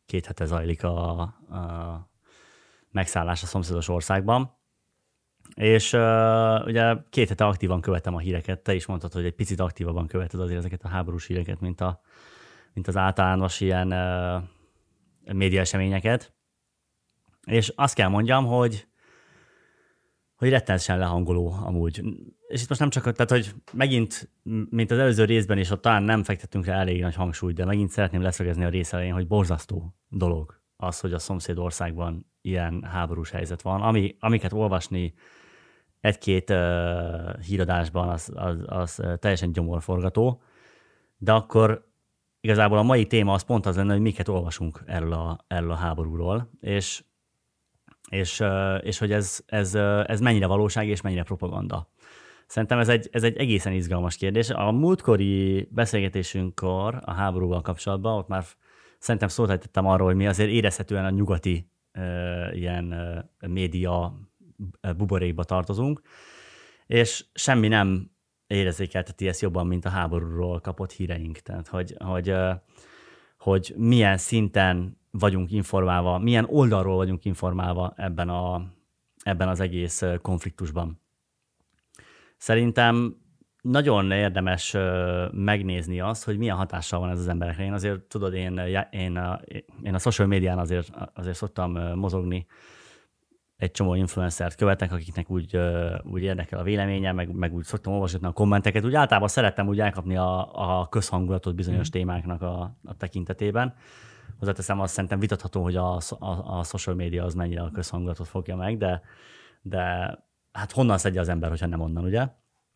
2 hete zajlik a megszállás a szomszédos országban. És ugye 2 hete aktívan követem a híreket. Te is mondtad, hogy egy picit aktívabban követed azért ezeket a háborús híreket, mint az általános ilyen média eseményeket. És azt kell mondjam, hogy rettenetesen lehangoló amúgy. És itt most nem csak, tehát hogy megint, mint az előző részben is, ott talán nem fektettünk rá elég nagy hangsúlyt, de megint szeretném leszögezni a rész elején, hogy borzasztó dolog az, hogy a szomszéd országban ilyen háborús helyzet van. Amiket olvasni egy-két híradásban, az teljesen gyomorforgató, de akkor igazából a mai téma az pont az lenne, hogy miket olvasunk erről a háborúról, és hogy ez mennyire valóság és mennyire propaganda. Szerintem ez egy egészen izgalmas kérdés. A múltkori beszélgetésünkkor a háborúval kapcsolatban, ott már szerintem szót ejtettem arról, hogy mi azért érezhetően a nyugati ilyen média buborékba tartozunk, és semmi nem érzékelteti ezt jobban, mint a háborúról kapott híreink. Tehát, hogy milyen szinten vagyunk informálva, milyen oldalról vagyunk informálva ebben az egész konfliktusban. Szerintem nagyon érdemes megnézni azt, hogy milyen hatással van ez az emberekre. Én azért, tudod, én a social médián azért szoktam mozogni, egy csomó influencert követek, akiknek úgy érdekel a véleménye, meg úgy szoktam olvasni a kommenteket. Úgy általában szerettem úgy elkapni a közhangulatot bizonyos témáknak a tekintetében. Hozzáteszem, azt szerintem vitatható, hogy a social media az mennyire a közhangulatot fogja meg, de hát honnan szedje az ember, hogyha nem onnan, ugye?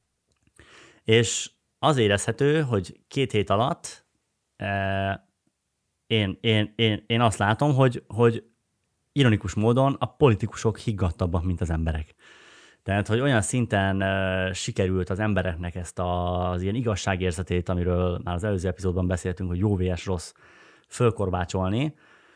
És az érezhető, hogy 2 hét alatt én azt látom, hogy ironikus módon a politikusok higgadtabbak, mint az emberek. Tehát, hogy olyan szinten sikerült az embereknek ezt az ilyen igazságérzetét, amiről már az előző epizódban beszéltünk, hogy jó vs rossz, fölkorbácsolni,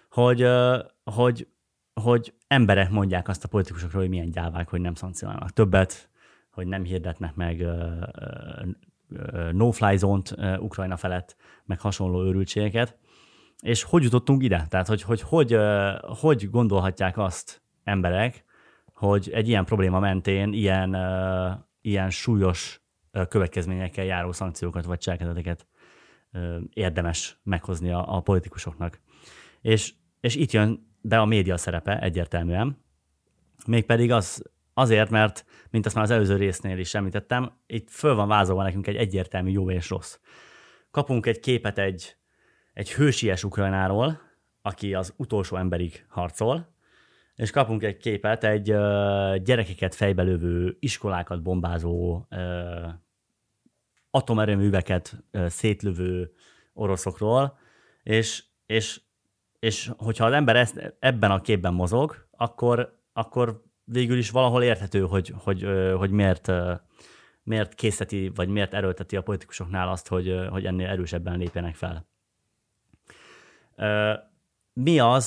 hogy emberek mondják azt a politikusokról, hogy milyen gyávák, hogy nem szankcionálnak többet, hogy nem hirdetnek meg no-fly zone-t Ukrajna felett, meg hasonló őrültségeket. És hogy jutottunk ide? Tehát, hogy gondolhatják azt emberek, hogy egy ilyen probléma mentén ilyen súlyos következményekkel járó szankciókat vagy cselekedeteket érdemes meghozni a politikusoknak. És itt jön be a média szerepe egyértelműen, mégpedig azért, mert, mint azt már az előző résznél is említettem, itt föl van vázolva nekünk egy egyértelmű jó és rossz. Kapunk egy képet egy hősies Ukrajnáról, aki az utolsó emberig harcol, és kapunk egy képet egy gyerekeket fejbelövő, iskolákat bombázó, atomerőműveket szétlövő oroszokról, és hogyha az ember ebben a képben mozog, akkor végül is valahol érthető, hogy miért készíteti, vagy miért erőlteti a politikusoknál azt, hogy ennél erősebben lépjenek fel. Mi az,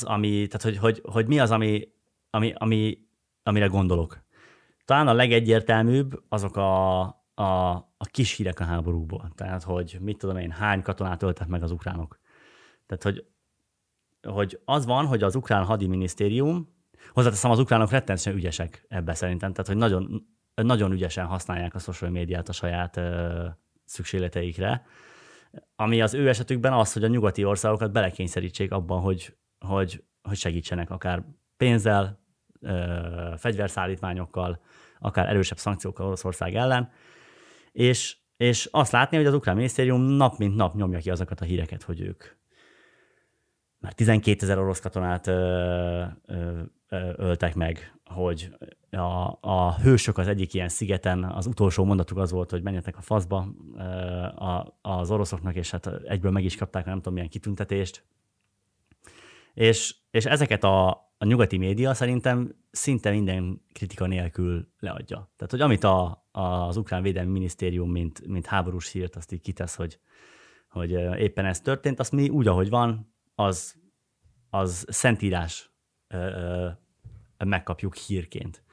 amire gondolok? Talán a legegyértelműbb azok a kis hírek a háborúból. Tehát, hogy mit tudom én, hány katonát öltek meg az ukránok. Tehát, hogy az van, hogy az ukrán hadiminisztérium, hozzáteszem, az ukránok rettenetesen ügyesek ebbe szerintem, tehát, hogy nagyon, nagyon ügyesen használják a social médiát a saját szükségleteikre, ami az ő esetükben az, hogy a nyugati országokat belekényszerítsék abban, hogy segítsenek akár pénzzel, fegyverszállítmányokkal, akár erősebb szankciókkal Oroszország ellen, és azt látni, hogy az ukrán minisztérium nap mint nap nyomja ki azokat a híreket, hogy ők már 12 000 orosz katonát öltek meg, hogy a hősök az egyik ilyen szigeten, az utolsó mondatuk az volt, hogy menjetek a faszba az oroszoknak, és hát egyből meg is kapták, nem tudom milyen kitüntetést. És ezeket a nyugati média szerintem szinte minden kritika nélkül leadja. Tehát, hogy amit az ukrán védelmi minisztérium, mint háborús hírt, azt így kitesz, hogy éppen ez történt, azt mi úgy, ahogy van, az szentírás megkapjuk hírként.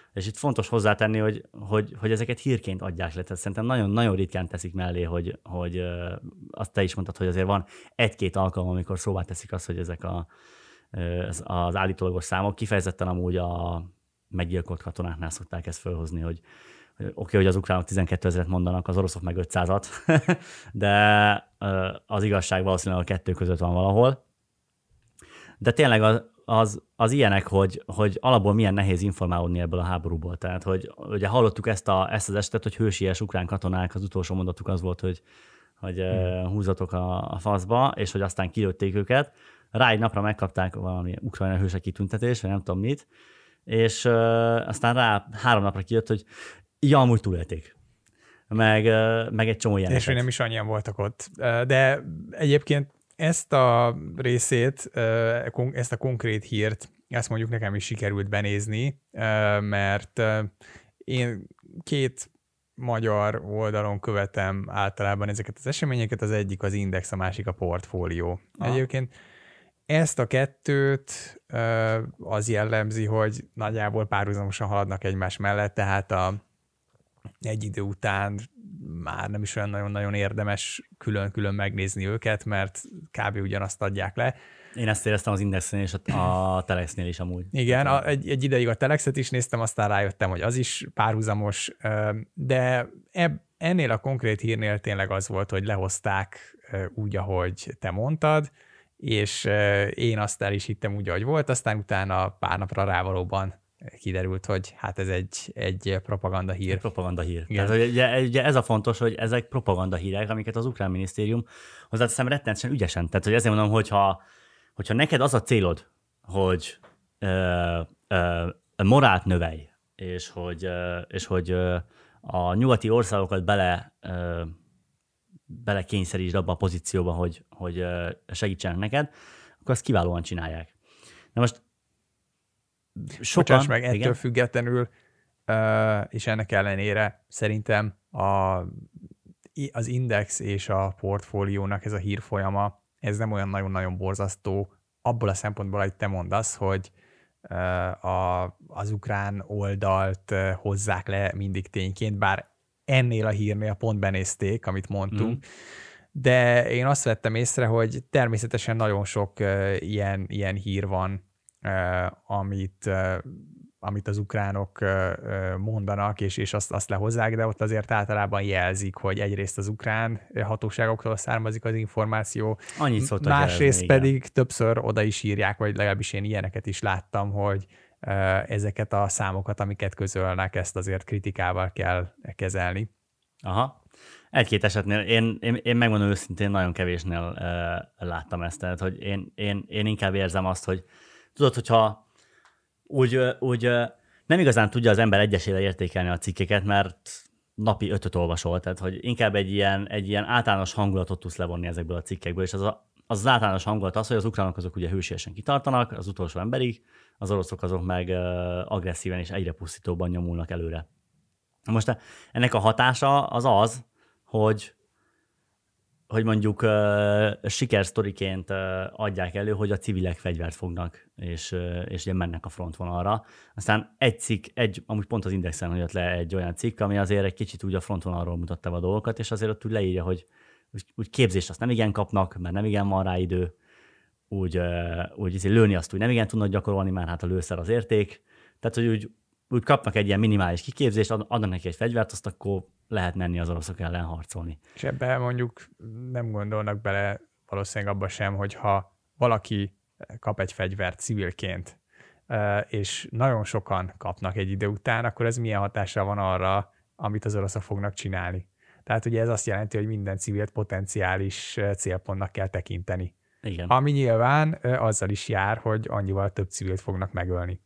És itt fontos hozzátenni, hogy ezeket hírként adják le. Tehát szerintem nagyon-nagyon ritkán teszik mellé, hogy azt te is mondtad, hogy azért van egy-két alkalom, amikor szóvá teszik azt, hogy ezek az állítólagos számok kifejezetten amúgy a meggyilkolt katonáknál szokták ezt fölhozni, hogy oké, hogy az ukránok 12 000-et mondanak, az oroszok meg 500-at, de az igazság valószínűleg a kettő között van valahol. De tényleg az ilyenek, hogy alapból milyen nehéz informálódni ebből a háborúból. Tehát, hogy ugye hallottuk ezt az esetet, hogy hősies ukrán katonák, az utolsó mondatuk az volt, hogy húzatok a faszba, és hogy aztán kilőtték őket. Rá egy napra megkapták valami ukrajna hősek kitüntetést, vagy nem tudom mit, és aztán rá 3 napra kijött, hogy ja, amúgy túlélték. Meg egy csomó ilyen. És hogy nem is annyian voltak ott. De egyébként ezt a részét, ezt a konkrét hírt, ezt mondjuk nekem is sikerült benézni, mert én 2 magyar oldalon követem általában ezeket az eseményeket, az egyik az Index, a másik a Portfólió. Egyébként ezt a kettőt az jellemzi, hogy nagyjából párhuzamosan haladnak egymás mellett, tehát egy idő után már nem is olyan nagyon-nagyon érdemes külön-külön megnézni őket, mert kb. Ugyanazt adják le. Én ezt éreztem az Indexen és a Telexnél is amúgy. Igen, egy ideig a Telexet is néztem, aztán rájöttem, hogy az is párhuzamos, de ennél a konkrét hírnél tényleg az volt, hogy lehozták úgy, ahogy te mondtad, és én azt el is hittem úgy, ahogy volt, aztán utána pár napra rávalóban kiderült, hogy hát ez egy propaganda hír. Egy propaganda hír. Tehát, ugye ez a fontos, hogy ezek propaganda hírek, amiket az ukrán minisztérium hozzáteszem rettenetesen ügyesen. Tehát, hogy ezért mondom, hogyha neked az a célod, hogy morált növelj, és hogy a nyugati országokat bele kényszerítsd abba a pozícióba, hogy segítsenek neked, akkor azt kiválóan csinálják. Na most sokan... Bocsáss meg, ettől függetlenül, és ennek ellenére szerintem az Index és a Portfóliónak ez a hírfolyama, ez nem olyan nagyon-nagyon borzasztó, abból a szempontból, hogy te mondasz, hogy az ukrán oldalt hozzák le mindig tényként, bár ennél a hírnél pont benézték, amit mondtunk, de én azt vettem észre, hogy természetesen nagyon sok ilyen hír van, amit az ukránok mondanak, és azt lehozzák, de ott azért általában jelzik, hogy egyrészt az ukrán hatóságoktól származik az információ, másrészt pedig többször oda is írják, vagy legalábbis én ilyeneket is láttam, hogy ezeket a számokat, amiket közölnek, ezt azért kritikával kell kezelni. Aha. Egy-két esetnél, én megmondom őszintén, nagyon kevésnél láttam ezt, tehát hogy én inkább érzem azt, hogy tudod, hogyha úgy nem igazán tudja az ember egyesével értékelni a cikkeket, mert napi 5-öt olvasol, tehát hogy inkább egy ilyen általános hangulatot tudsz levonni ezekből a cikkekből, és az általános hangulat az, hogy az ukránok azok ugye hősiesen kitartanak, az utolsó emberig, az oroszok azok meg agresszíven és egyre pusztítóbban nyomulnak előre. Most ennek a hatása az, hogy mondjuk sikersztoriként adják elő, hogy a civilek fegyvert fognak, és ugye mennek a frontvonalra. Aztán egy cikk, amúgy pont az Indexen jött le egy olyan cikk, ami azért egy kicsit úgy a frontvonalról mutatta a dolgokat, és azért ott úgy leírja, hogy úgy képzést azt nem igen kapnak, mert nem igen van rá idő, úgy lőni azt úgy nem igen tudnak gyakorolni, már hát a lőszer az érték. Tehát, hogy úgy kapnak egy ilyen minimális kiképzést, adnak neki egy fegyvert, azt akkor lehet menni az oroszok ellen harcolni. És ebben mondjuk nem gondolnak bele valószínűleg abba sem, hogy ha valaki kap egy fegyvert civilként, és nagyon sokan kapnak egy idő után, akkor ez milyen hatással van arra, amit az oroszok fognak csinálni. Tehát ugye ez azt jelenti, hogy minden civilt potenciális célpontnak kell tekinteni. Igen. Ami nyilván azzal is jár, hogy annyival több civilt fognak megölni.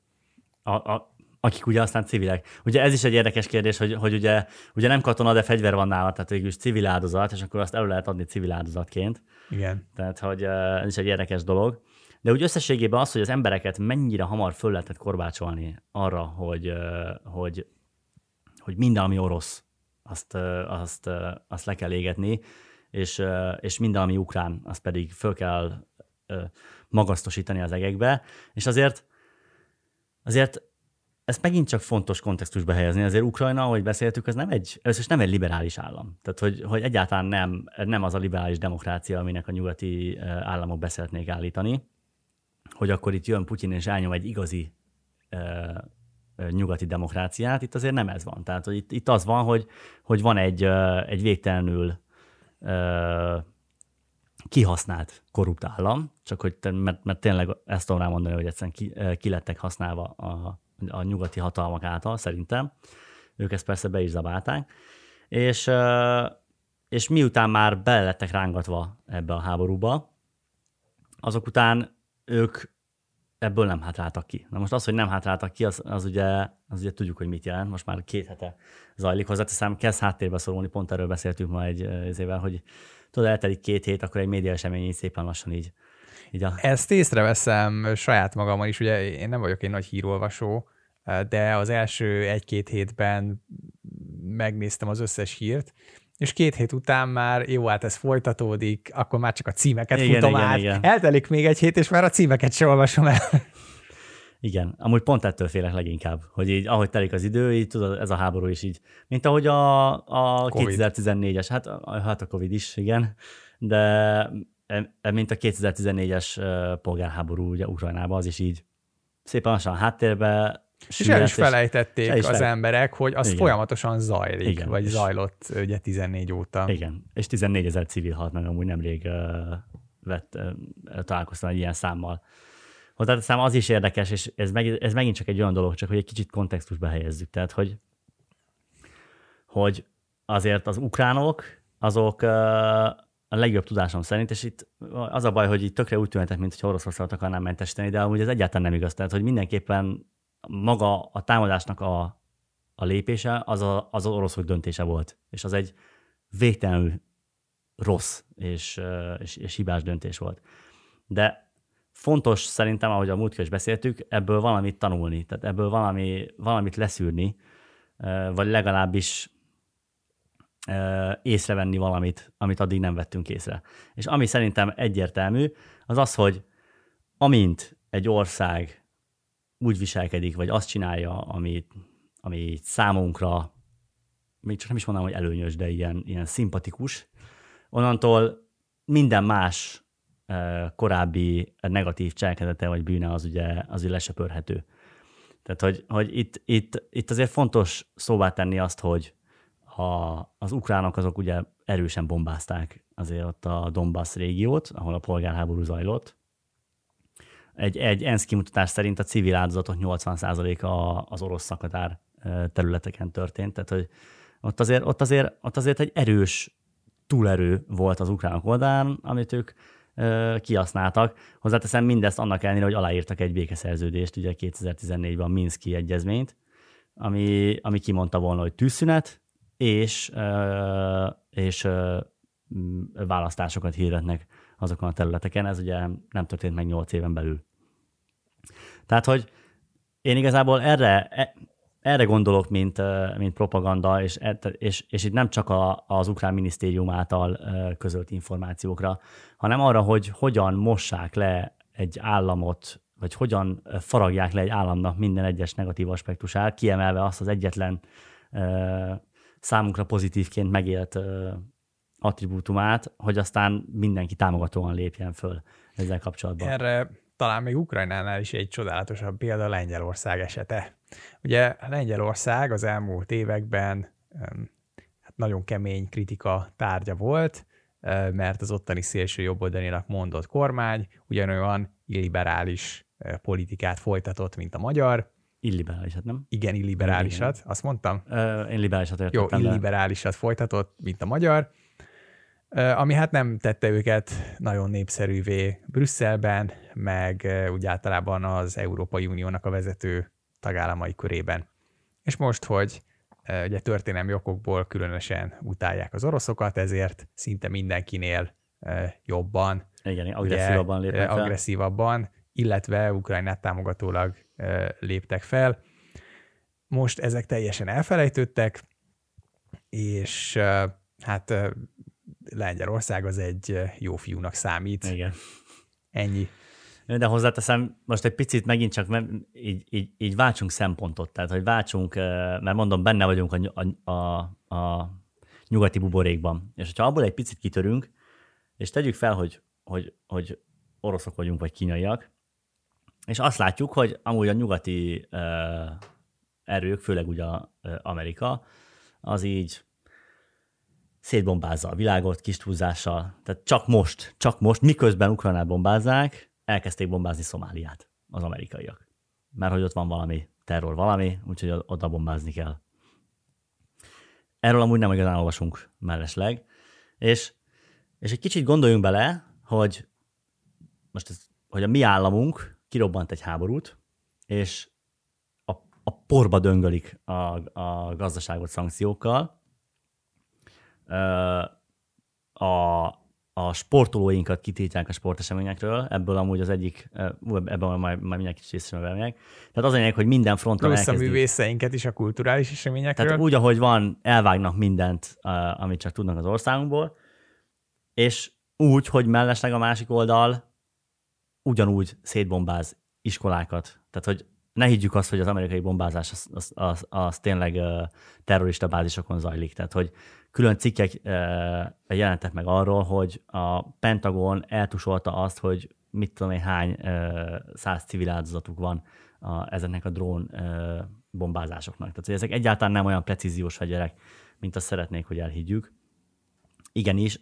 Akik ugye aztán civilek. Ugye ez is egy érdekes kérdés, hogy ugye nem katona, de fegyver van nála, tehát végül is civil áldozat, és akkor azt elő lehet adni civil áldozatként. Igen. Tehát, hogy ez is egy érdekes dolog. De úgy összességében az, hogy az embereket mennyire hamar föl lehetett korbácsolni arra, hogy minden, ami orosz, azt le kell égetni, és minden, ami ukrán, azt pedig föl kell magasztosítani az egekbe. És azért ezt megint csak fontos kontextusba helyezni. Azért Ukrajna, ahogy beszéltük, ez először nem egy liberális állam. Tehát, hogy egyáltalán nem az a liberális demokrácia, aminek a nyugati államok be szeretnék állítani, hogy akkor itt jön Putyin és elnyom egy igazi nyugati demokráciát. Itt azért nem ez van. Tehát, hogy itt az van, hogy van egy végtelenül kihasznált korrupt állam, csak hogy mert tényleg ezt tudom rámondani, hogy egyszerűen ki lettek használva a nyugati hatalmak által, szerintem. Ők ezt persze be is zabálták. És miután már bele lettek rángatva ebbe a háborúba, azok után ők ebből nem hátráltak ki. Na most az, hogy nem hátráltak ki, az ugye tudjuk, hogy mit jelent. Most már 2 hete zajlik. Hozzáteszem, kezd háttérbe szorulni, pont erről beszéltünk ma egy évvel, hogy tudod, eltelik 2 hét, akkor egy média esemény így szépen lassan így Ezt észreveszem saját magamon is, ugye én nem vagyok egy nagy hírolvasó, de az első 1-2 hétben megnéztem az összes hírt, és 2 hét után már jó, hát ez folytatódik, akkor már csak a címeket futom át. Igen. Eltelik még 1 hét, és már a címeket sem olvasom el. Igen, amúgy pont ettől félek leginkább, hogy így, ahogy telik az idő, így tudod, ez a háború is így, mint ahogy a 2014-es, hát a Covid is, igen, de mint a 2014-es polgárháború ugye Ukrajnában, az is így szépen lassan háttérbe. És el is felejtették az emberek, hogy az folyamatosan zajlik, igen, vagy zajlott ugye 14 óta. Igen, és 14 000 civil halt meg, amúgy nemrég találkoztam egy ilyen számmal. Hozzáteszem, az is érdekes, és ez megint csak egy olyan dolog, csak hogy egy kicsit kontextusba helyezzük. Tehát, hogy azért az ukránok, azok a legjobb tudásom szerint, és itt az a baj, hogy itt tökre úgy tűnhetett, mint hogy Oroszországot akarnám mentesíteni, de amúgy ez egyáltalán nem igaz. Tehát, hogy mindenképpen maga a támadásnak a lépése az oroszok döntése volt. És az egy végtelenül rossz és hibás döntés volt. De fontos szerintem, ahogy a múltkor is beszéltük, ebből valamit tanulni, tehát ebből valamit leszűrni, vagy legalábbis észrevenni valamit, amit addig nem vettünk észre. És ami szerintem egyértelmű, az az, hogy amint egy ország úgy viselkedik, vagy azt csinálja, ami számunkra, még csak nem is mondanám, hogy előnyös, de ilyen szimpatikus, onnantól minden más korábbi negatív cselekedete vagy bűne az ugye lesöpörhető. Tehát, hogy itt azért fontos szóvá tenni azt, hogy az ukránok azok ugye erősen bombázták azért ott a Donbass régiót, ahol a polgárháború zajlott. Egy ENSZ kimutatás szerint a civil áldozatok 80%-a az orosz szakadár területeken történt, tehát hogy ott azért egy erős túlerő volt az ukránok oldalán, amit ők kihasználtak. Hozzáteszem mindezt annak ellenére, hogy aláírtak egy békeszerződést, ugye 2014-ben a Minszki egyezményt, ami kimondta volna, hogy tűzszünet, és választásokat hirdetnek azokon a területeken. Ez ugye nem történt meg 8 éven belül. Tehát, hogy én igazából erre gondolok, mint propaganda, és itt nem csak az ukrán minisztérium által közölt információkra, hanem arra, hogy hogyan mossák le egy államot, vagy hogyan faragják le egy államnak minden egyes negatív aspektusát, kiemelve azt az egyetlen számunkra pozitívként megélt attribútumát, hogy aztán mindenki támogatóan lépjen föl ezzel kapcsolatban. Erre talán még Ukrajnánál is egy csodálatosabb példa Lengyelország esete. Ugye Lengyelország az elmúlt években nagyon kemény kritika tárgya volt, mert az ottani szélső jobboldalinak mondott kormány ugyanolyan illiberális politikát folytatott, mint a magyar. Illiberálisat, nem? Igen, illiberálisat. Igen. Azt mondtam? Én liberálisat értettem. Jó, illiberálisat folytatott, mint a magyar, ami hát nem tette őket nagyon népszerűvé Brüsszelben, meg úgy általában az Európai Uniónak a vezető tagállamai körében. És most, hogy ugye történelmi okokból különösen utálják az oroszokat, ezért szinte mindenkinél jobban. Igen, agresszívabban lépnek fel. Agresszívabban, illetve Ukrajnát támogatólag léptek fel. Most ezek teljesen elfelejtődtek, és hát Lengyelország az egy jó fiúnak számít. Igen. Ennyi. De hozzáteszem, most egy picit megint csak így váltsunk szempontot, tehát hogy váltsunk, mert mondom, benne vagyunk a nyugati buborékban. És hogyha abból egy picit kitörünk, és tegyük fel, hogy oroszok vagyunk, vagy kínaiak, és azt látjuk, hogy amúgy a nyugati erők, főleg ugye Amerika, az így szétbombázza a világot kis túlzással. Tehát csak most, miközben Ukrajnát bombázzák, elkezdték bombázni Szomáliát az amerikaiak. Mert hogy ott van valami terror, úgyhogy oda bombázni kell. Erről amúgy nem igazán olvasunk mellesleg. És egy kicsit gondoljunk bele, hogy hogy a mi államunk kirobbant egy háborút, és a porba döngölik a gazdaságot szankciókkal, a sportolóinkat kitiltják a sporteseményekről, ebből amúgy az egyik, ebben majd mindjárt kicsit észrevelnek. Tehát az a lényeg, hogy minden fronton elkezdik. Plusz a művészeinket is a kulturális eseményekről. Tehát úgy, ahogy van, elvágnak mindent, amit csak tudnak az országunkból, és úgy, hogy mellesleg a másik oldal ugyanúgy szétbombáz iskolákat. Tehát, hogy ne higgyük azt, hogy az amerikai bombázás az tényleg terrorista bázisokon zajlik. Tehát, hogy külön cikkek jelentek meg arról, hogy a Pentagon eltusolta azt, hogy mit tudom én, hány 100 civil áldozatuk van ezeknek a drón bombázásoknak. Tehát, hogy ezek egyáltalán nem olyan precíziós fegyverek, mint azt szeretnék, hogy elhiggyük. Igenis,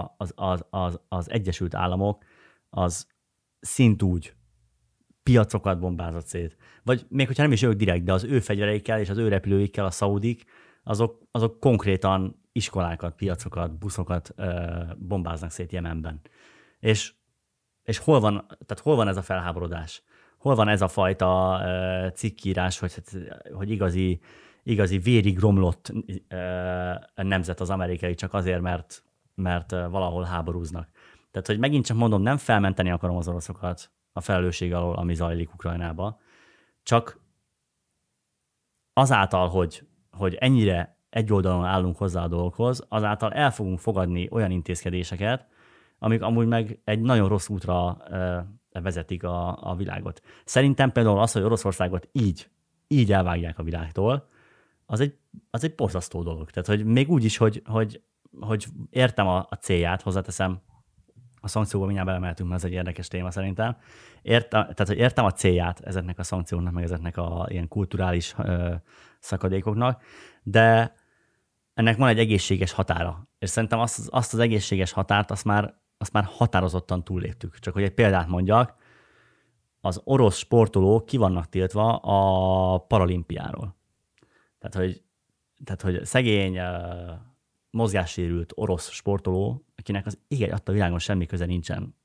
az Egyesült Államok az szintúgy piacokat bombázott szét. Vagy még hogyha nem is ők direkt, de az ő fegyvereikkel és az ő repülőikkel a szaudik, azok konkrétan iskolákat, piacokat, buszokat bombáznak szét Jemenben. És hol van ez a felháborodás? Hol van ez a fajta cikkírás, hogy igazi vérig romlott nemzet az amerikai csak azért, mert valahol háborúznak. Tehát, hogy megint csak mondom, nem felmenteni akarom az oroszokat a felelősség alól, ami zajlik Ukrajnába, csak azáltal, hogy ennyire egy oldalon állunk hozzá a dolgokhoz, azáltal el fogunk fogadni olyan intézkedéseket, amik amúgy meg egy nagyon rossz útra vezetik a világot. Szerintem például az, hogy Oroszországot így elvágják a világtól, az egy borzasztó dolog. Tehát, hogy még úgy is, hogy értem a célját, hozzáteszem, a szankcióban mindjárt belemeltünk, mert ez egy érdekes téma szerintem. Tehát, hogy értem a célját ezeknek a szankcióknak, meg ezeknek a ilyen kulturális szakadékoknak, de ennek van egy egészséges határa. És szerintem azt az egészséges határt, azt már határozottan túlléptük. Csak hogy egy példát mondjak, az orosz sportolók ki vannak tiltva a paralimpiáról. Tehát, hogy szegény, mozgássérült orosz sportoló, akinek az ég adta világon semmi köze nincsen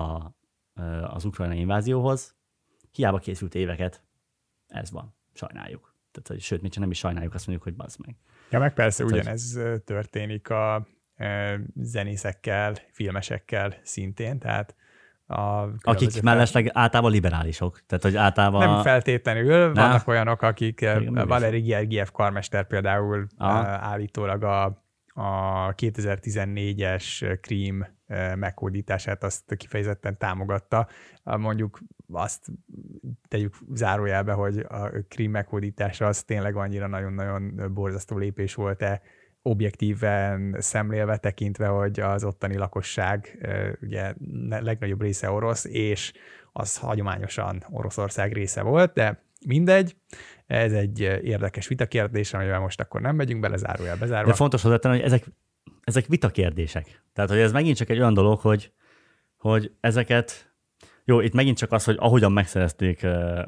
az ukrajnai invázióhoz, hiába készült éveket, ez van. Sajnáljuk. Tehát, hogy, sőt, még nem is sajnáljuk, azt mondjuk, hogy bazd meg. Ja, meg persze ugyanez történik a zenészekkel, filmesekkel szintén, tehát akik mellesleg általában liberálisok. Tehát, hogy általában... Nem feltétlenül, vannak olyanok, akik, Valeri Gergiev karmester például állítólag a 2014-es Krím meghódítását azt kifejezetten támogatta. Mondjuk azt tegyük zárójelbe, hogy a Krím meghódítása az tényleg annyira nagyon-nagyon borzasztó lépés volt-e, objektíven szemlélve tekintve, hogy az ottani lakosság ugye legnagyobb része orosz, és az hagyományosan Oroszország része volt, de mindegy, ez egy érdekes vitakérdés, amivel most akkor nem megyünk bele, zárójel bezárva. De fontos hozzátenni, hogy ezek vitakérdések. Tehát, hogy ez megint csak egy olyan dolog, hogy ezeket, jó, itt megint csak az, hogy ahogyan megszerezték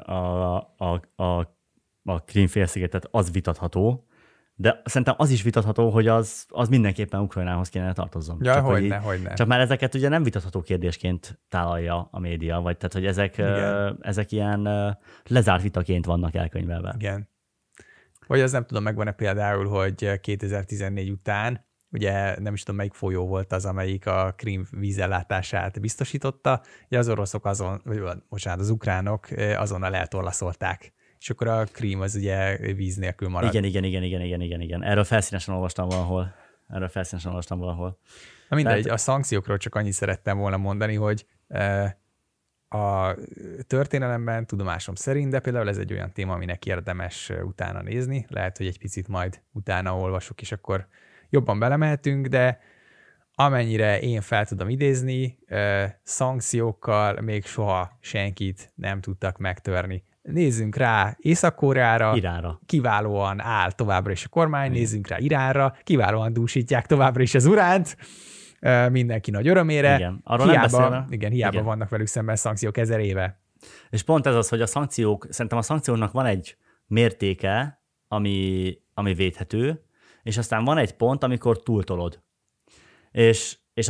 a Krím-félszigetet, az vitatható, de szerintem az is vitatható, hogy az mindenképpen Ukrajnához kéne tartozzon. Ja, hogyne. Csak már ezeket ugye nem vitatható kérdésként tálalja a média, vagy tehát, hogy ezek ilyen lezárt vitaként vannak elkönyvelve. Igen. Vagy az nem tudom, megvan-e például, hogy 2014 után, ugye nem is tudom, melyik folyó volt az, amelyik a Krím vízellátását biztosította, ugye az oroszok az ukránok azonnal eltorlaszolták. És akkor a Krím az ugye víz nélkül marad. Igen. Erről felszínesen olvastam valahol. Na mindegy, a szankciókról csak annyit szerettem volna mondani, hogy a történelemben, tudomásom szerint, de például ez egy olyan téma, aminek érdemes utána nézni. Lehet, hogy egy picit majd utána olvasok, és akkor jobban belemehetünk, de amennyire én fel tudom idézni, szankciókkal még soha senkit nem tudtak megtörni. Nézzünk rá Észak-Koreára, Iránra. Kiválóan áll továbbra is a kormány, nézzünk rá Iránra, kiválóan dúsítják továbbra is az uránt, mindenki nagy örömére. Igen, arról nem beszélve. Hiába vannak velük szemben szankciók 1000 éve. És pont ez az, hogy a szankciók, szerintem a szankcióknak van egy mértéke, ami védhető, és aztán van egy pont, amikor túltolod. És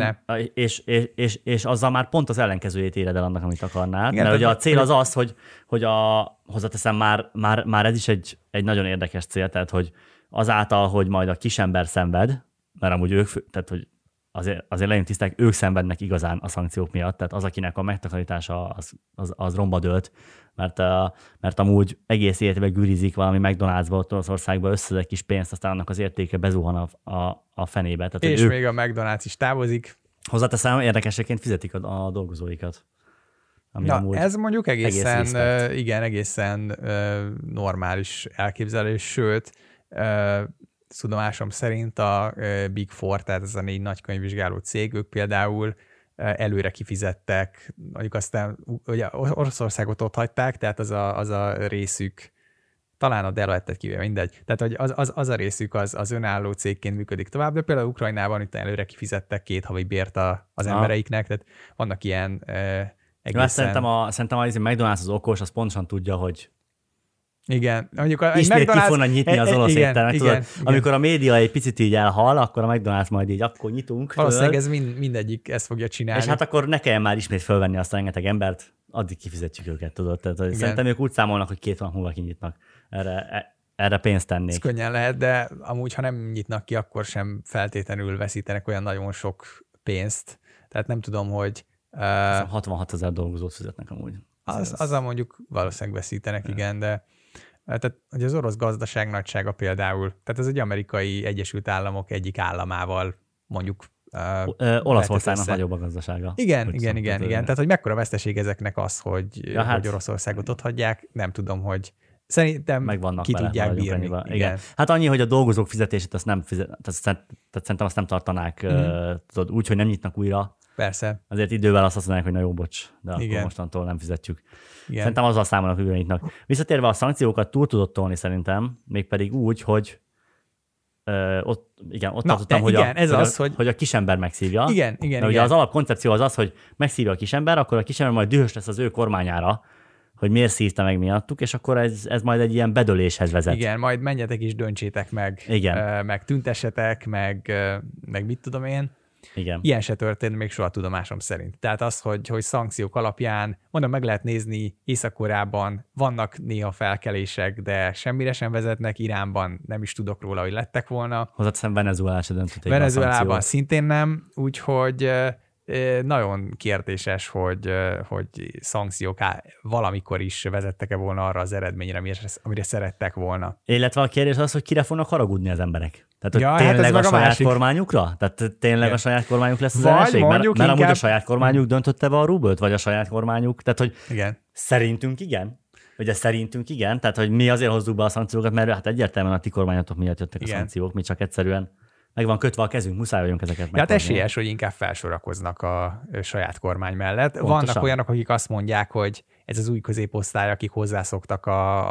azzal már pont az ellenkezőjét éred el annak, amit akarnál. Igen, mert ugye a cél az az, hogy hozzáteszem, már ez is egy nagyon érdekes cél, tehát hogy azáltal, hogy majd a kisember szenved, mert amúgy ők, tehát hogy azért legyünk tiszták, ők szenvednek igazán a szankciók miatt, tehát az, akinek a megtakarítása az romba dőlt, mert amúgy egész életben gűrizik valami McDonald'sba, ott Oroszországba, összeszed egy kis pénzt, aztán annak az értéke bezuhan a fenébe. Tehát, és még a McDonald's is távozik. Hozzáteszem, érdekeseként fizetik a dolgozóikat. Ez mondjuk egészen normális elképzelés, sőt, tudomásom szerint a Big Four, tehát ez a 4 nagykönyvvizsgáló cég, ők például előre kifizettek, mondjuk aztán ugye Oroszországot ott hagyták, tehát az a részük, talán a Deloitte-et kivéve, mindegy, tehát hogy az a részük az önálló cégként működik tovább, de például Ukrajnában itt előre kifizettek 2 havi bért az embereiknek, tehát vannak ilyen egészen... Szerintem a McDonald's az okos, az pontosan tudja, hogy igen. Mondjuk ismét ki fognak nyitni az orosz éttermet. Igen. Amikor a média egy picit így elhal, akkor a McDonald's majd így akkor nyitunk. Valószínűleg ez mindegyik ezt fogja csinálni. És hát akkor ne kelljen már ismét fölvenni azt a rengeteg embert, addig kifizetjük őket, tudod. Tehát szerintem ők úgy számolnak, hogy 2 hónap múlva kinyitnak. Erre pénzt tennék. Ez könnyen lehet, de amúgy, ha nem nyitnak ki, akkor sem feltétlenül veszítenek olyan nagyon sok pénzt. Tehát nem tudom, hogy... 66 000 dolgozót fizetnek amúgy. Azzal mondjuk valószínűleg veszítenek, igen, de tehát hogy az orosz gazdaság nagysága például, tehát ez egy amerikai Egyesült Államok egyik államával mondjuk Olaszországnak nagyobb a gazdasága. Igen. Tehát, hogy mekkora veszteség ezeknek az, hogy Oroszországot ott hagyják, nem tudom, hogy szerintem ki tudják bírni. Igen. Hát annyi, hogy a dolgozók fizetését azt nem tehát szerintem azt nem tartanák tudod, úgy, hogy nem nyitnak újra. Persze. Azért idővel azt mondanák, hogy na jó, bocs, de akkor mostantól nem fizetjük. Igen. Szerintem azzal számolnak, hogy nyitnak. Visszatérve a szankciókat túl tudott tolni szerintem, mégpedig úgy, hogy ott tartottam, hogy a kisember megszívja. Igen. Ugye az alapkoncepció az, hogy megszívja a kisember, akkor a kisember majd dühös lesz az ő kormányára, hogy miért szívta meg miattuk, és akkor ez majd egy ilyen bedöléshez vezet. Igen, majd menjetek és döntsétek meg, meg tüntessetek, meg mit tudom én. Igen. Ilyen se történt még soha tudomásom szerint. Tehát az, hogy szankciók alapján, mondom, meg lehet nézni, Észak-Koreában vannak néha felkelések, de semmire sem vezetnek, Iránban nem is tudok róla, hogy lettek volna. Hozzáteszem, Venezuelában se döntötték. Venezuelában szintén nem, úgyhogy nagyon kérdéses, hogy szankciók valamikor is vezettek-e volna arra az eredményre, amire szerettek volna. Illetve a kérdés az, hogy kire fognak haragudni az emberek. Tehát, hogy tényleg a saját kormányukra? Tehát tényleg a saját kormányuk lesz az ellenség? Mert amúgy a saját kormányuk döntötte be a rubelt, vagy a saját kormányuk? Tehát, hogy szerintünk igen? Ugye szerintünk igen? Tehát, hogy mi azért hozzuk be a szankciókat, mert hát egyértelműen a ti kormányotok miatt jöttek a szankciók, mi csak egyszerűen meg van kötve a kezünk, muszáj vagyunk ezeket meghozni. Hát esélyes, hogy inkább felsorakoznak a saját kormány mellett. Pontosan. Vannak olyanok, akik azt mondják, hogy ez az új középosztály, akik hozzászoktak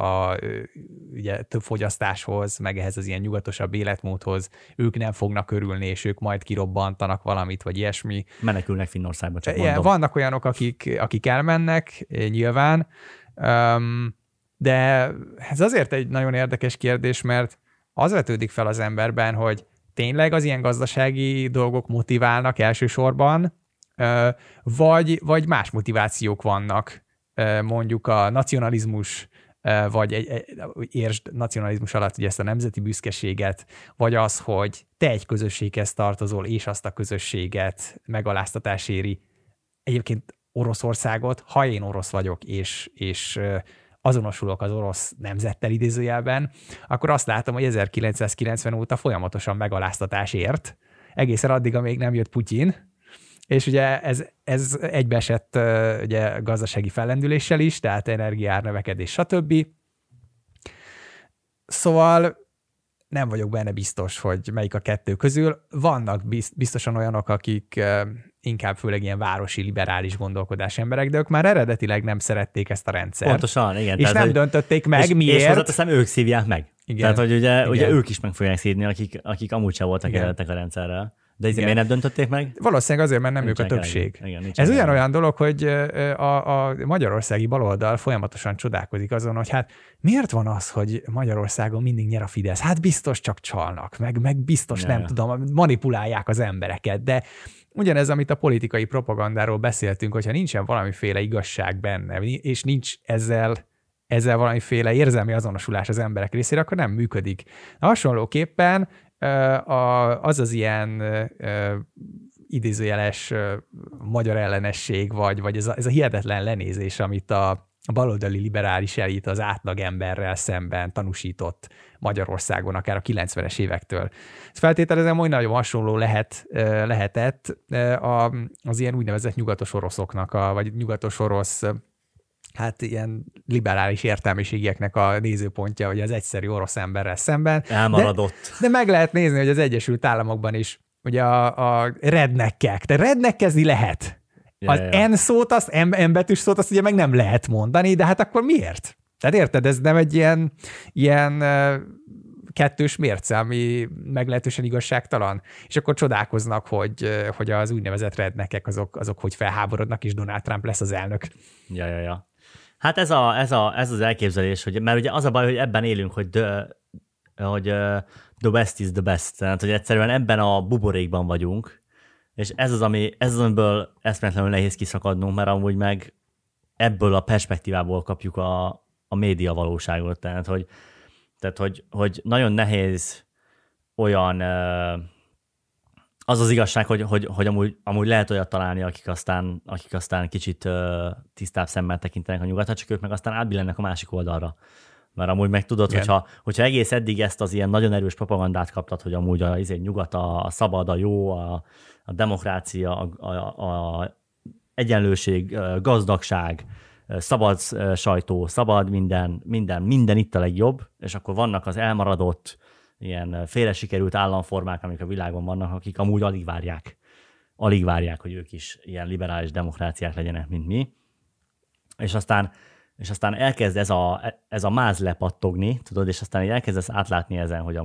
ugye, több fogyasztáshoz, meg ehhez az ilyen nyugatosabb életmódhoz, ők nem fognak örülni, és ők majd kirobbantanak valamit, vagy ilyesmi. Menekülnek Finnországba, csak mondom. Vannak olyanok, akik elmennek, nyilván, de ez azért egy nagyon érdekes kérdés, mert az vetődik fel az emberben, hogy tényleg az ilyen gazdasági dolgok motiválnak elsősorban, vagy más motivációk vannak, mondjuk a nacionalizmus, vagy értsd nacionalizmus alatt ugye ezt a nemzeti büszkeséget, vagy az, hogy te egy közösséghez tartozol, és azt a közösséget megaláztatás éri. Egyébként Oroszországot, ha én orosz vagyok, és azonosulok az orosz nemzettel idézőjelben, akkor azt látom, hogy 1990 óta folyamatosan megaláztatás ért, egészen addig, amíg nem jött Putyin, És ugye ez egybeesett ugye gazdasági fellendüléssel is, tehát energiaárnövekedés, stb. Szóval nem vagyok benne biztos, hogy melyik a kettő közül. Vannak biztosan olyanok, akik inkább főleg ilyen városi, liberális gondolkodás emberek, de ők már eredetileg nem szerették ezt a rendszert. Pontosan, igen. És tehát, nem döntötték meg, miért. És hozzáteszem, ők szívják meg. Igen. Tehát, hogy ugye ők is meg fogják szívni, akik amúgy sem voltak eredettek a rendszerrel. De miért nem döntötték meg? Valószínűleg azért, mert nem ők a többség. Ez olyan dolog, hogy a magyarországi baloldal folyamatosan csodálkozik azon, hogy hát miért van az, hogy Magyarországon mindig nyer a Fidesz? Hát biztos csak csalnak, meg biztos nem tudom, manipulálják az embereket, de ugyanez, amit a politikai propagandáról beszéltünk, hogyha nincsen valamiféle igazság benne, és nincs ezzel valamiféle érzelmi azonosulás az emberek részére, akkor nem működik. Hasonlóképpen az ilyen idézőjeles magyar ellenesség, vagy ez a hihetetlen lenézés, amit a baloldali liberális elit az átlagemberrel szemben tanúsított Magyarországon, akár a 90-es évektől. Ezt feltételezem, hogy nagyon hasonló lehetett az ilyen úgynevezett nyugatos oroszoknak, vagy nyugatos orosz hát ilyen liberális értelmiségieknek a nézőpontja, vagy az egyszerű orosz emberrel szemben. Elmaradott. De meg lehet nézni, hogy az Egyesült Államokban is ugye a redneckek, de redneckezni lehet. Az N szót, N betűs szót, azt ugye meg nem lehet mondani, de hát akkor miért? Tehát érted, ez nem egy ilyen kettős mérce, ami meglehetősen igazságtalan. És akkor csodálkoznak, hogy az úgynevezett redneckek azok hogy felháborodnak, és Donald Trump lesz az elnök. Ja. Hát ez az elképzelés, hogy, mert ugye az a baj, hogy ebben élünk, hogy the best is the best. Tehát, hogy egyszerűen ebben a buborékban vagyunk, és ez az, amiből eszméletlenül nehéz kiszakadnunk, mert amúgy meg ebből a perspektívából kapjuk a média valóságot. Tehát, hogy nagyon nehéz olyan... Az igazság, hogy amúgy lehet olyat találni, akik aztán kicsit tisztább szemmel tekintenek a nyugatra, csak ők meg aztán átbillennek a másik oldalra. Mert amúgy meg tudod, hogyha egész eddig ezt az ilyen nagyon erős propagandát kaptad, hogy amúgy a nyugat a szabad, a jó, a demokrácia, a egyenlőség, gazdagság, szabad sajtó, szabad minden itt a legjobb, és akkor vannak az elmaradott, ilyen félre sikerült államformák, amik a világon vannak, akik amúgy alig várják, hogy ők is ilyen liberális demokráciák legyenek, mint mi. És aztán elkezd ez a máz lepattogni, tudod, és aztán elkezdesz átlátni ezen, hogy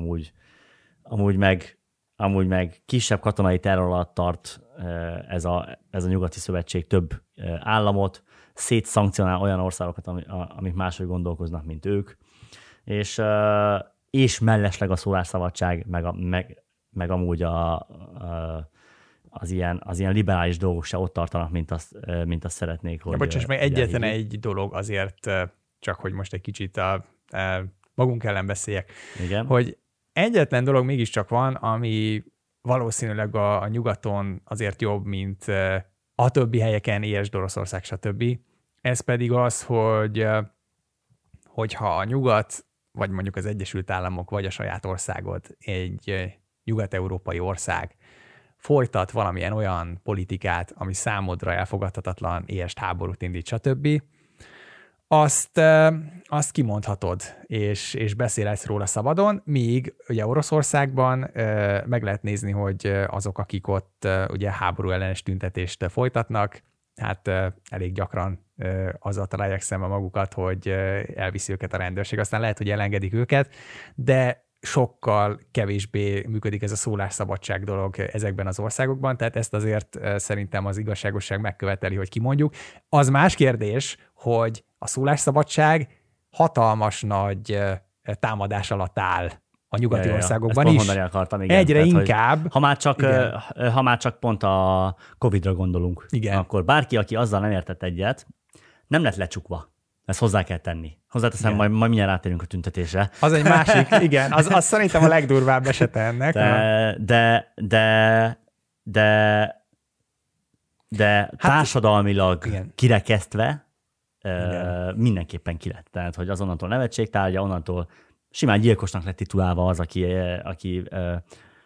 amúgy meg kisebb katonai terror alatt tart ez a nyugati szövetség több államot, szétszankcionál olyan országokat, amik máshogy gondolkoznak, mint ők, és mellesleg a szólásszabadság, meg amúgy az ilyen liberális dolgok se ott tartanak, mint azt szeretnék. Hogy, bocsáss, meg egyetlen egy dolog azért, csak hogy most egy kicsit magunk ellen beszéljek, igen? Hogy egyetlen dolog mégiscsak van, ami valószínűleg a nyugaton azért jobb, mint a többi helyeken, ESD, Oroszország, stb. Ez pedig az, hogyha a nyugat, vagy mondjuk az Egyesült Államok, vagy a saját országod, egy nyugat-európai ország folytat valamilyen olyan politikát, ami számodra elfogadhatatlan, ESD háborút indít, stb., azt kimondhatod, és beszélhetsz róla szabadon, míg ugye Oroszországban meg lehet nézni, hogy azok, akik ott ugye háború ellenes tüntetést folytatnak, hát elég gyakran azzal találják szembe magukat, hogy elviszi őket a rendőrség. Aztán lehet, hogy elengedik őket, de sokkal kevésbé működik ez a szólásszabadság dolog ezekben az országokban, tehát ezt azért szerintem az igazságosság megköveteli, hogy kimondjuk. Az más kérdés, hogy a szólásszabadság hatalmas nagy támadás alatt áll a nyugati országokban is. Akartam, igen. Egyre tehát, inkább. Ha már csak pont a Covid-ra gondolunk, igen. Akkor bárki, aki azzal nem értett egyet, nem lett lecsukva. Ezt hozzá kell tenni. Hozzáteszem, majd mindjárt átérünk a tüntetésre. Az egy másik, igen. Az szerintem a legdurvább esete ennek. De társadalmilag kirekesztve mindenképpen ki lett. Tehát, hogy azonnantól nevetségtárgya, onnantól simán gyilkosnak lett titulálva az, aki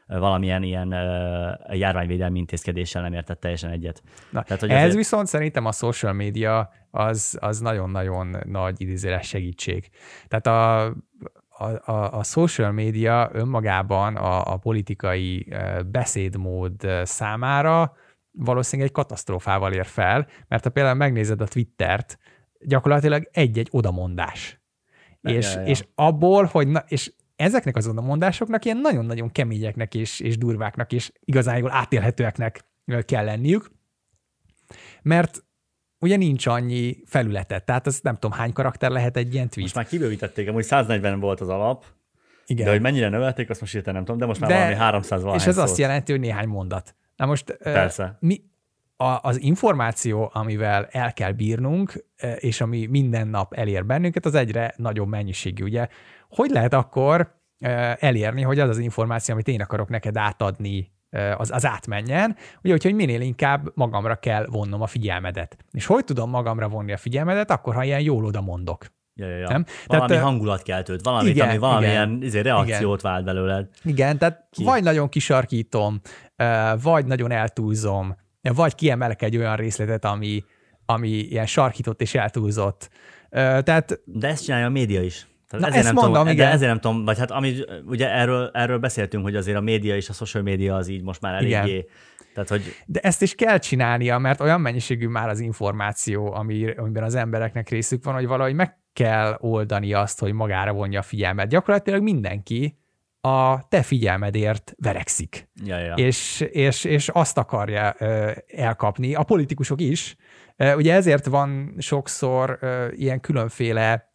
valamilyen ilyen járványvédelmi intézkedéssel nem értett teljesen egyet. Na, tehát, hogy ez viszont szerintem a social media az nagyon-nagyon nagy idézőjeles segítség. Tehát a social media önmagában a politikai beszédmód számára valószínűleg egy katasztrófával ér fel, mert ha például megnézed a Twittert, gyakorlatilag egy-egy odamondás. És abból, és ezeknek az odamondásoknak ilyen nagyon-nagyon keményeknek és durváknak és igazán átélhetőeknek kell lenniük, mert ugye nincs annyi felületet, tehát az nem tudom hány karakter lehet egy ilyen tweet. Most már kibővítették, amúgy 140 volt az alap, igen. De hogy mennyire növelték, azt most hirtelen nem tudom, de most már valami 300 valahány és ez azt jelenti, hogy néhány mondat. Na most persze. Az információ, amivel el kell bírnunk, és ami minden nap elér bennünket, az egyre nagyobb mennyiségű. Ugye, hogy lehet akkor elérni, hogy az információ, amit én akarok neked átadni, az átmenjen, ugye, hogy minél inkább magamra kell vonnom a figyelmedet. És hogy tudom magamra vonni a figyelmedet, akkor, ha ilyen jól oda mondok. Ja. Nem? Valami hangulatkeltőt, valamilyen reakciót vált belőled. Igen, tehát vagy nagyon kisarkítom, vagy nagyon eltúlzom, vagy kiemelek egy olyan részletet, ami ilyen sarkított és eltúlzott. De ezt csinálja a média is. Ezért nem tudom, vagy hát ugye erről beszéltünk, hogy azért a média és a social media az így most már eléggé. Tehát, hogy... De ezt is kell csinálnia, mert olyan mennyiségű már az információ, amiben az embereknek részük van, hogy valahogy meg kell oldani azt, hogy magára vonja a figyelmet. Gyakorlatilag mindenki a te figyelmedért verekszik. Ja. És azt akarja elkapni. A politikusok is. Ugye ezért van sokszor ilyen különféle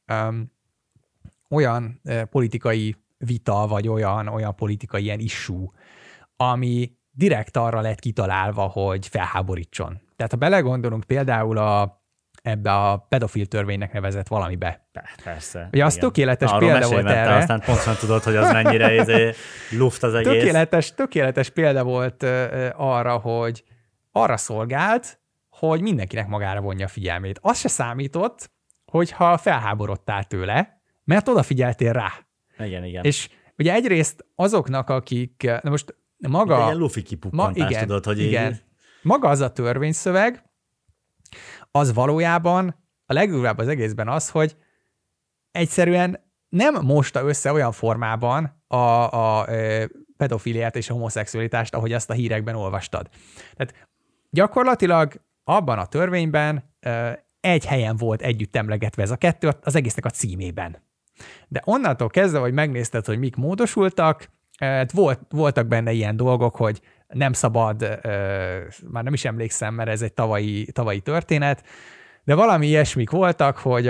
olyan politikai vita, vagy olyan politikai ilyen issue, ami direkt arra lett kitalálva, hogy felháborítson. Tehát ha belegondolunk például ebbe a pedofil törvénynek nevezett valamibe. Persze. Ugye az tökéletes példa volt erre. Aztán pontosan tudod, hogy az mennyire luft az egész. Tökéletes példa volt arra, hogy arra szolgált, hogy mindenkinek magára vonja a figyelmét. Az se számított, hogyha felháborodtál tőle, mert odafigyeltél rá. Igen. És ugye egyrészt azoknak, akik, na most maga... Egy ilyen lufi kipukkantás, tudod, hogy igen. Maga az a törvényszöveg, az valójában a legdurvább az egészben az, hogy egyszerűen nem mosta össze olyan formában a pedofiliát és a homoszexualitást, ahogy azt a hírekben olvastad. Tehát gyakorlatilag abban a törvényben egy helyen volt együtt emlegetve ez a kettő, az egésznek a címében. De onnantól kezdve, hogy megnézted, hogy mik módosultak, voltak benne ilyen dolgok, hogy nem szabad, már nem is emlékszem, mert ez egy tavalyi történet, de valami ilyesmik voltak, hogy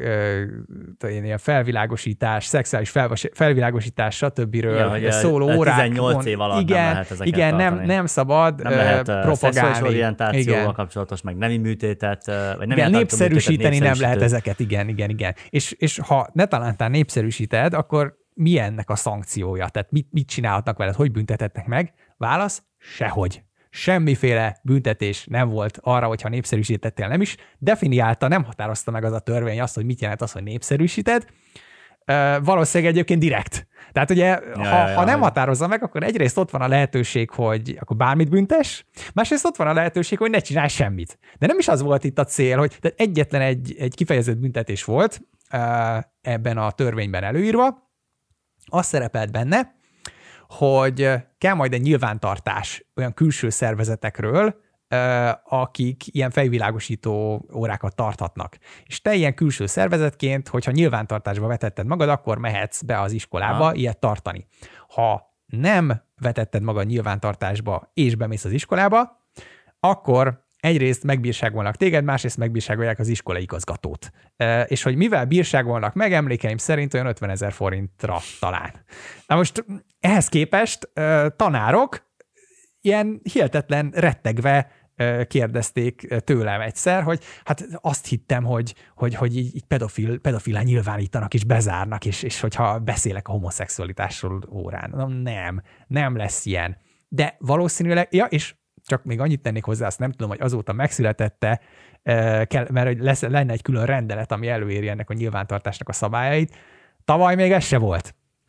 ilyen felvilágosítás, szexuális felvilágosítás, stb. Szóló órák. 18 év alatt nem lehet ezeket tartani. Nem szabad nem lehet propagálni. Szexuális orientációval kapcsolatos, meg nemi műtétet, vagy nem népszerűsíteni nem lehet ezeket, igen. És ha netalántán népszerűsíted, akkor mi ennek a szankciója? Tehát mit csinálhatnak veled? Hogy büntethetnek meg? Válasz? Sehogy. Semmiféle büntetés nem volt arra, hogyha népszerűsítettél, nem is definiálta, nem határozta meg az a törvény azt, hogy mit jelent az, hogy népszerűsíted. Valószínűleg egyébként direkt. Tehát ugye, ha nem határozza meg, akkor egyrészt ott van a lehetőség, hogy akkor bármit büntes, másrészt ott van a lehetőség, hogy ne csinálj semmit. De nem is az volt itt a cél, hogy tehát egyetlen egy kifejezett büntetés volt ebben a törvényben előírva, az szerepelt benne, hogy kell majd egy nyilvántartás olyan külső szervezetekről, akik ilyen fejvilágosító órákat tarthatnak. És te ilyen külső szervezetként, hogyha nyilvántartásba vetetted magad, akkor mehetsz be az iskolába ilyet tartani. Ha nem vetetted magad nyilvántartásba, és bemész az iskolába, akkor egyrészt megbírságolnak téged, másrészt megbírságolják az iskolai igazgatót. És hogy mivel bírságolnak meg, emlékeim szerint olyan 50 000 forintra talán. Na most ehhez képest tanárok ilyen hihetetlen rettegve kérdezték tőlem egyszer, hogy hát azt hittem, hogy így pedofilán nyilvánítanak és bezárnak, és hogyha beszélek a homoszexualitásról órán. Nem lesz ilyen. De valószínűleg, és csak még annyit tennék hozzá, azt nem tudom, hogy azóta megszületette, mert lenne egy külön rendelet, ami előírja ennek a nyilvántartásnak a szabályait. Tavaly még ez se volt.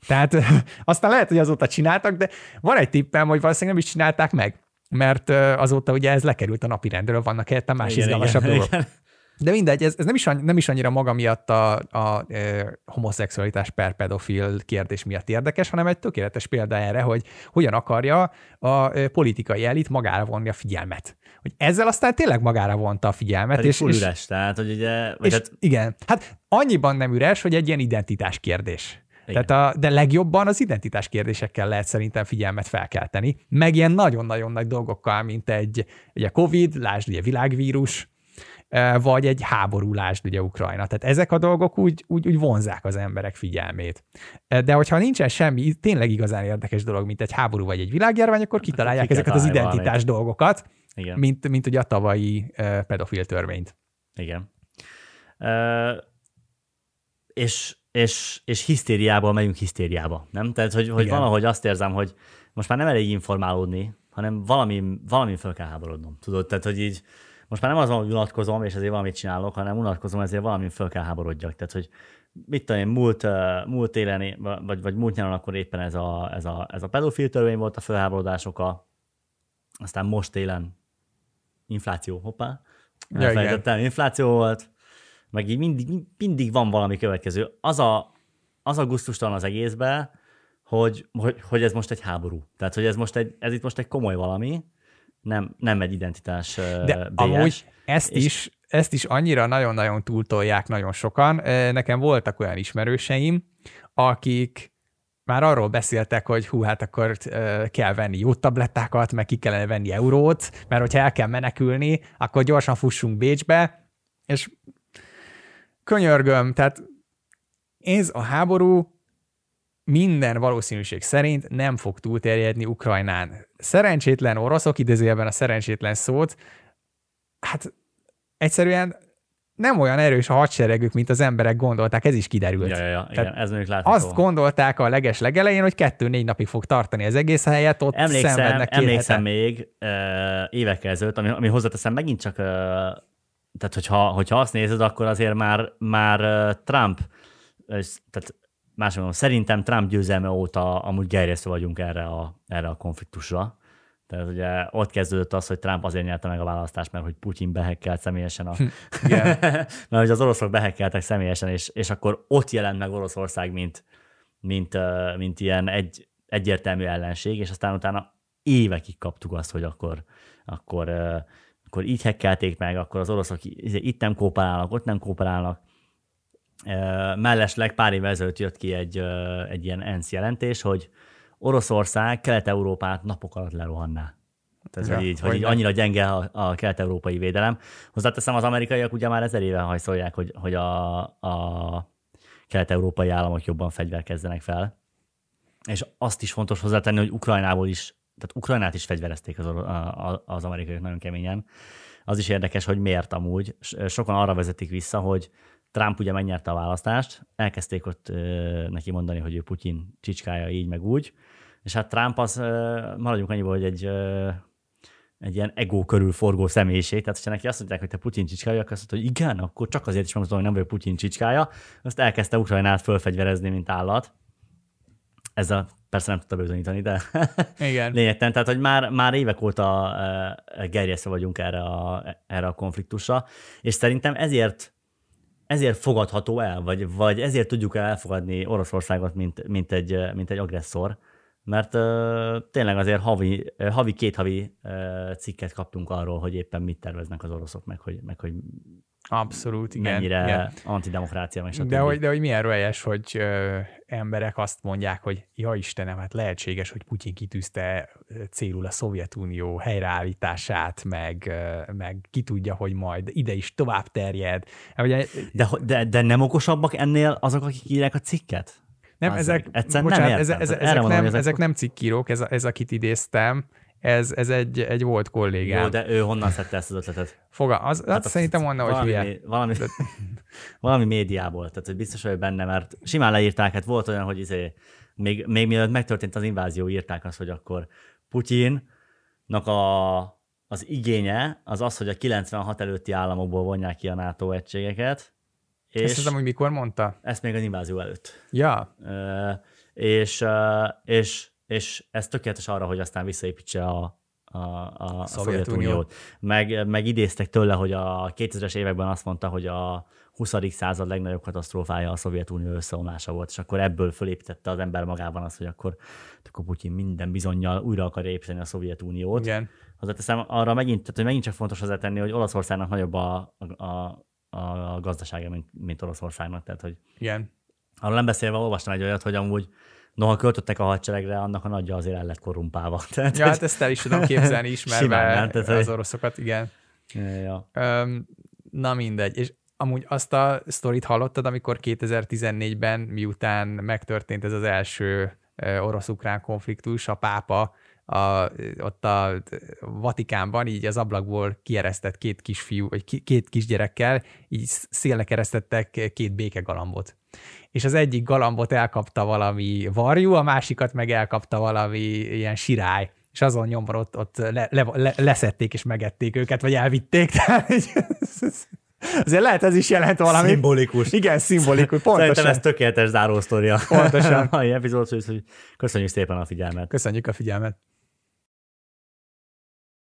Tehát aztán lehet, hogy azóta csináltak, de van egy tippem, hogy valószínűleg nem is csinálták meg, mert azóta ugye ez lekerült a napirendről, vannak helyette más izgalmasabb dolgok. De mindegy, ez nem is annyira maga miatt a homoszexualitás per pedofil kérdés miatt érdekes, hanem egy tökéletes példa erre, hogy hogyan akarja a politikai elit magára vonni a figyelmet. Hogy ezzel aztán tényleg magára vonta a figyelmet. Pedig full üres, tehát, hogy ugye... Igen, hát annyiban nem üres, hogy egy ilyen identitás kérdés. Tehát de legjobban az identitás kérdésekkel lehet szerintem figyelmet felkelteni, meg ilyen nagyon-nagyon nagy dolgokkal, mint egy Covid, lásd ugye világvírus, vagy egy háború, lásd ugye Ukrajna. Tehát ezek a dolgok úgy vonzák az emberek figyelmét. De hogyha nincsen semmi tényleg igazán érdekes dolog, mint egy háború vagy egy világjárvány, akkor kitalálják ezeket az identitás dolgokat, mint ugye a tavalyi pedofil törvényt. Igen. És hisztériából megyünk hisztériába, nem? Tehát, hogy valahogy azt érzem, hogy most már nem elég informálódni, hanem valami föl kell háborodnom. Tudod? Tehát, hogy így most már nem az van, hogy unatkozom, és ezért valamit csinálok, hanem unatkozom, ezért valamin föl kell háborodjak. Tehát, hogy mit tudom én, múlt télen, vagy múlt nyáron akkor éppen ez a pedofil törvény volt a fölháborodás oka, aztán most télen infláció, hoppá, elfelejtettem, infláció volt, meg így mindig van valami következő. Az a gusztustalan az egészben, hogy ez most egy háború. Tehát, hogy ez itt most egy komoly valami, nem egy identitás de amúgy ezt is annyira nagyon-nagyon túltolják nagyon sokan. Nekem voltak olyan ismerőseim, akik már arról beszéltek, hogy hát akkor kell venni jó tablettákat, meg ki kellene venni eurót, mert hogyha el kell menekülni, akkor gyorsan fussunk Bécsbe, és könyörgöm, tehát ez a háború minden valószínűség szerint nem fog túlterjedni Ukrajnán. Szerencsétlen oroszok, idézőjelben a szerencsétlen szót, hát egyszerűen nem olyan erős a hadseregük, mint az emberek gondolták, ez is kiderült. Igen, ez mondjuk látható. Azt gondolták a legelején, hogy 2-4 napig fog tartani az egész helyet, ott szenvednek Emlékszem még évekkel ezelőtt, ami hozzáteszem megint csak, tehát hogyha azt nézed, akkor azért már Trump, tehát másról mondom, szerintem Trump győzelme óta amúgy gerjesztve vagyunk erre a konfliktusra. Tehát ugye ott kezdődött az, hogy Trump azért nyerte meg a választást, mert hogy Putyin behekkelt személyesen mert hogy az oroszok behekkeltek személyesen, és akkor ott jelent meg Oroszország, mint ilyen egyértelmű ellenség, és aztán utána évekig kaptuk azt, hogy akkor így hekkelték meg, akkor az oroszok itt nem kooperálnak, ott nem kooperálnak. Mellesleg pár évvel ezelőtt jött ki egy ilyen ENSZ jelentés, hogy Oroszország Kelet-Európát napok alatt lerohanná. Tehát, hogy így annyira gyenge a kelet-európai védelem. Hozzáteszem, az amerikaiak ugye már 1000 éve hajszolják, hogy a kelet-európai államok jobban fegyverkezzenek fel. És azt is fontos hozzátenni, hogy Ukrajnát is fegyverezték az amerikaiak nagyon keményen. Az is érdekes, hogy miért amúgy. Sokan arra vezetik vissza, hogy Trump ugye megnyerte a választást, elkezdték ott neki mondani, hogy ő Putyin csicskája így meg úgy, és hát Trump az, maradjunk annyiból, hogy egy ilyen ego körül forgó személyiség, tehát ha neki azt mondják, hogy te Putyin csicskája, akkor azt mondta, hogy igen, akkor csak azért is megmondom, hogy nem vagyok Putyin csicskája, azt elkezdte Ukrajnát fölfegyverezni, mint állat. Ezzel persze nem tudta bizonyítani, de lényegtelen. Tehát, hogy már évek óta gerjesztve vagyunk erre a konfliktusra, és szerintem ezért fogadható el, vagy ezért tudjuk elfogadni Oroszországot, mint egy agresszor, mert tényleg azért két havi cikket kaptunk arról, hogy éppen mit terveznek az oroszok, meg hogy abszolút, igen. Mennyire antidemokrácia, meg stb. De hogy milyen rölyes, hogy emberek azt mondják, hogy ja Istenem, hát lehetséges, hogy Putyin kitűzte célul a Szovjetunió helyreállítását, meg ki tudja, hogy majd ide is tovább terjed. De nem okosabbak ennél azok, akik írják a cikket? Nem, ezek nem cikkírók, ez akit idéztem, ez egy volt kollégám. Jó, de ő honnan szedte ezt az ötletet? Szerintem onnan, hogy hülye. Valami médiából, tehát hogy biztos vagy benne, mert simán leírták, hát volt olyan, hogy még mielőtt megtörtént az invázió, írták azt, hogy akkor Putyinnak az igénye az, hogy a 96 előtti államokból vonják ki a NATO egységeket. Ezt hiszem, hogy mikor mondta? Ezt még az invázió előtt. Ja. és ez tökéletes arra, hogy aztán visszaépítse a Szovjetuniót. Meg idéztek tőle, hogy a 2000-es években azt mondta, hogy a 20. század legnagyobb katasztrófája a Szovjetunió összeomlása volt, és akkor ebből fölépítette az ember magában azt, hogy akkor Putyin minden bizonnyal újra akar építeni a Szovjetuniót. Igen. Hozzáteszem, arra megint csak fontos hozzátenni, hogy Olaszországnak nagyobb a gazdasága, mint Oroszországnak. Tehát, hogy igen. Arról nem beszélve olvastam egy olyat, hogy amúgy noha költöttek a hadseregre, annak a nagyja azért el lett korrumpálva. Tehát, ja, hát ezt el is tudom képzelni, ismerve az oroszokat, igen. Ja. Na mindegy. És amúgy azt a sztorit hallottad, amikor 2014-ben, miután megtörtént ez az első orosz-ukrán konfliktus, a pápa ott a Vatikánban így az ablakból kieresztett két kisfiú, vagy két kisgyerekkel, így szélre keresztettek két békegalambot. És az egyik galambot elkapta valami varjú, a másikat meg elkapta valami ilyen sirály. És azon nyomban ott leszették és megették őket, vagy elvitték. Tehát azért lehet ez is jelent valami. Szimbolikus. Igen, szimbolikus. Pontosan. Szerintem ez tökéletes zárósztória. Pontosan. A mai epizód, hogy köszönjük szépen a figyelmet. Köszönjük a figyelmet.